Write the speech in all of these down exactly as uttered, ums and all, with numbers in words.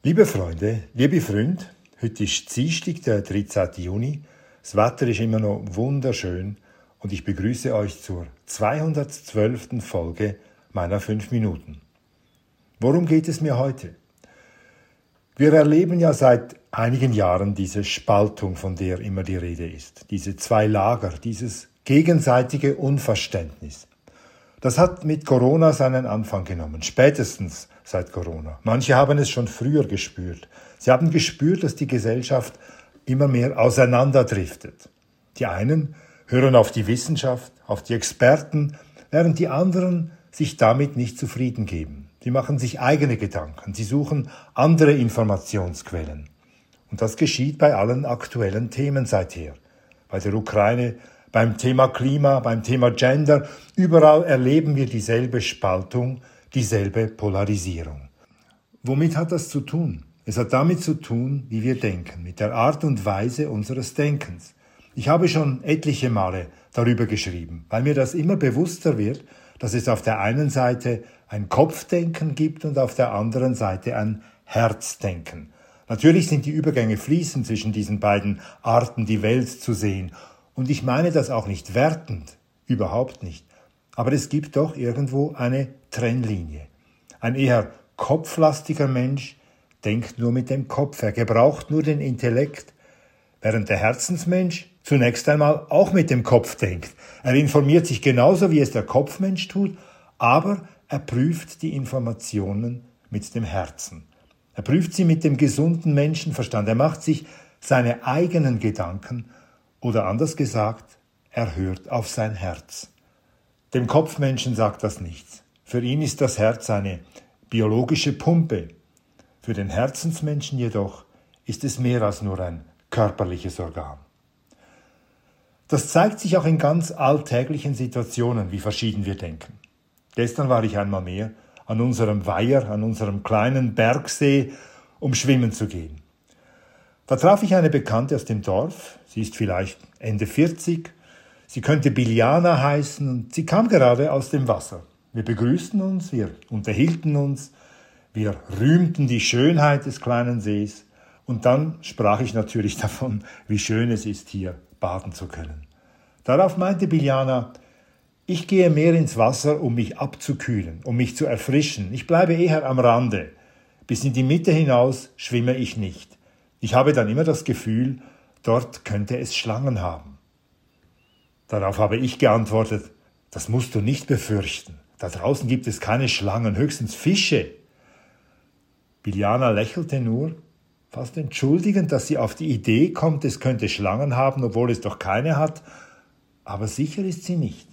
Liebe Freunde, liebe Freunde, heute ist Dienstag, der dreizehnten Juni. Das Wetter ist immer noch wunderschön und ich begrüße euch zur zweihundertzwölften Folge meiner fünf Minuten. Worum geht es mir heute? Wir erleben ja seit einigen Jahren diese Spaltung, von der immer die Rede ist. Diese zwei Lager, dieses gegenseitige Unverständnis. Das hat mit Corona seinen Anfang genommen, spätestens seit Corona. Manche haben es schon früher gespürt. Sie haben gespürt, dass die Gesellschaft immer mehr auseinanderdriftet. Die einen hören auf die Wissenschaft, auf die Experten, während die anderen sich damit nicht zufrieden geben. Sie machen sich eigene Gedanken, sie suchen andere Informationsquellen. Und das geschieht bei allen aktuellen Themen seither. Bei der Ukraine, beim Thema Klima, beim Thema Gender, überall erleben wir dieselbe Spaltung, dieselbe Polarisierung. Womit hat das zu tun? Es hat damit zu tun, wie wir denken, mit der Art und Weise unseres Denkens. Ich habe schon etliche Male darüber geschrieben, weil mir das immer bewusster wird, dass es auf der einen Seite ein Kopfdenken gibt und auf der anderen Seite ein Herzdenken. Natürlich sind die Übergänge fließend zwischen diesen beiden Arten, die Welt zu sehen. Und ich meine das auch nicht wertend, überhaupt nicht. Aber es gibt doch irgendwo eine Trennlinie. Ein eher kopflastiger Mensch denkt nur mit dem Kopf, er gebraucht nur den Intellekt, während der Herzensmensch zunächst einmal auch mit dem Kopf denkt. Er informiert sich genauso, wie es der Kopfmensch tut, aber er prüft die Informationen mit dem Herzen. Er prüft sie mit dem gesunden Menschenverstand. Er macht sich seine eigenen Gedanken oder anders gesagt, er hört auf sein Herz. Dem Kopfmenschen sagt das nichts. Für ihn ist das Herz eine biologische Pumpe. Für den Herzensmenschen jedoch ist es mehr als nur ein körperliches Organ. Das zeigt sich auch in ganz alltäglichen Situationen, wie verschieden wir denken. Gestern war ich einmal mehr an unserem Weiher, an unserem kleinen Bergsee, um schwimmen zu gehen. Da traf ich eine Bekannte aus dem Dorf, sie ist vielleicht Ende vierzig, sie könnte Biljana heißen und sie kam gerade aus dem Wasser. Wir begrüßten uns, wir unterhielten uns, wir rühmten die Schönheit des kleinen Sees und dann sprach ich natürlich davon, wie schön es ist, hier baden zu können. Darauf meinte Biljana, ich gehe mehr ins Wasser, um mich abzukühlen, um mich zu erfrischen. Ich bleibe eher am Rande. Bis in die Mitte hinaus schwimme ich nicht. Ich habe dann immer das Gefühl, dort könnte es Schlangen haben. Darauf habe ich geantwortet, das musst du nicht befürchten. Da draußen gibt es keine Schlangen, höchstens Fische. Biljana lächelte nur, fast entschuldigend, dass sie auf die Idee kommt, es könnte Schlangen haben, obwohl es doch keine hat. Aber sicher ist sie nicht.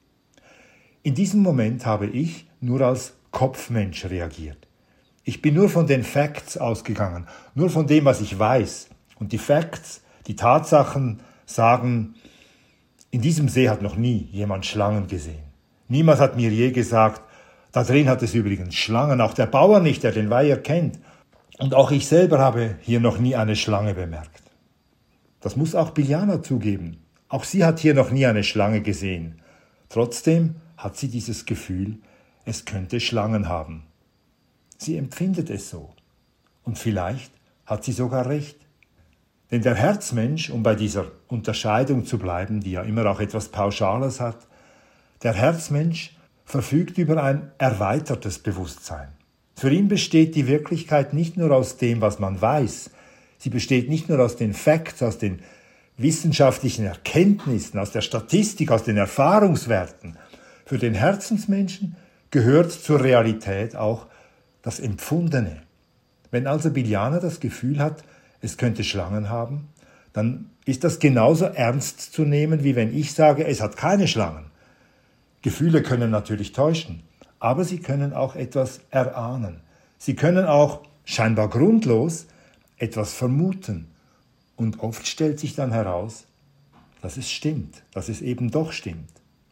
In diesem Moment habe ich nur als Kopfmensch reagiert. Ich bin nur von den Facts ausgegangen, nur von dem, was ich weiß. Und die Facts, die Tatsachen sagen, in diesem See hat noch nie jemand Schlangen gesehen. Niemand hat mir je gesagt, da drin hat es übrigens Schlangen, auch der Bauer nicht, der den Weiher kennt. Und auch ich selber habe hier noch nie eine Schlange bemerkt. Das muss auch Biljana zugeben. Auch sie hat hier noch nie eine Schlange gesehen. Trotzdem hat sie dieses Gefühl, es könnte Schlangen haben. Sie empfindet es so. Und vielleicht hat sie sogar recht. Denn der Herzmensch, um bei dieser Unterscheidung zu bleiben, die ja immer auch etwas Pauschales hat, der Herzmensch verfügt über ein erweitertes Bewusstsein. Für ihn besteht die Wirklichkeit nicht nur aus dem, was man weiß, sie besteht nicht nur aus den Facts, aus den wissenschaftlichen Erkenntnissen, aus der Statistik, aus den Erfahrungswerten. Für den Herzensmenschen gehört zur Realität auch das Empfundene. Wenn also Biljana das Gefühl hat, es könnte Schlangen haben, dann ist das genauso ernst zu nehmen, wie wenn ich sage, es hat keine Schlangen. Gefühle können natürlich täuschen, aber sie können auch etwas erahnen. Sie können auch, scheinbar grundlos, etwas vermuten. Und oft stellt sich dann heraus, dass es stimmt, dass es eben doch stimmt.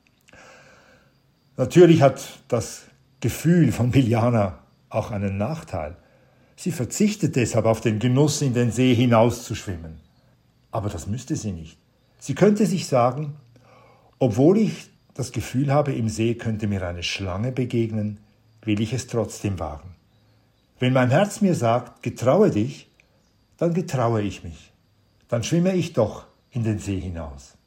Natürlich hat das Gefühl von Biljana auch einen Nachteil. Sie verzichtet deshalb auf den Genuss, in den See hinauszuschwimmen. Aber das müsste sie nicht. Sie könnte sich sagen, obwohl ich das Gefühl habe, im See könnte mir eine Schlange begegnen, will ich es trotzdem wagen. Wenn mein Herz mir sagt, getraue dich, dann getraue ich mich. Dann schwimme ich doch in den See hinaus.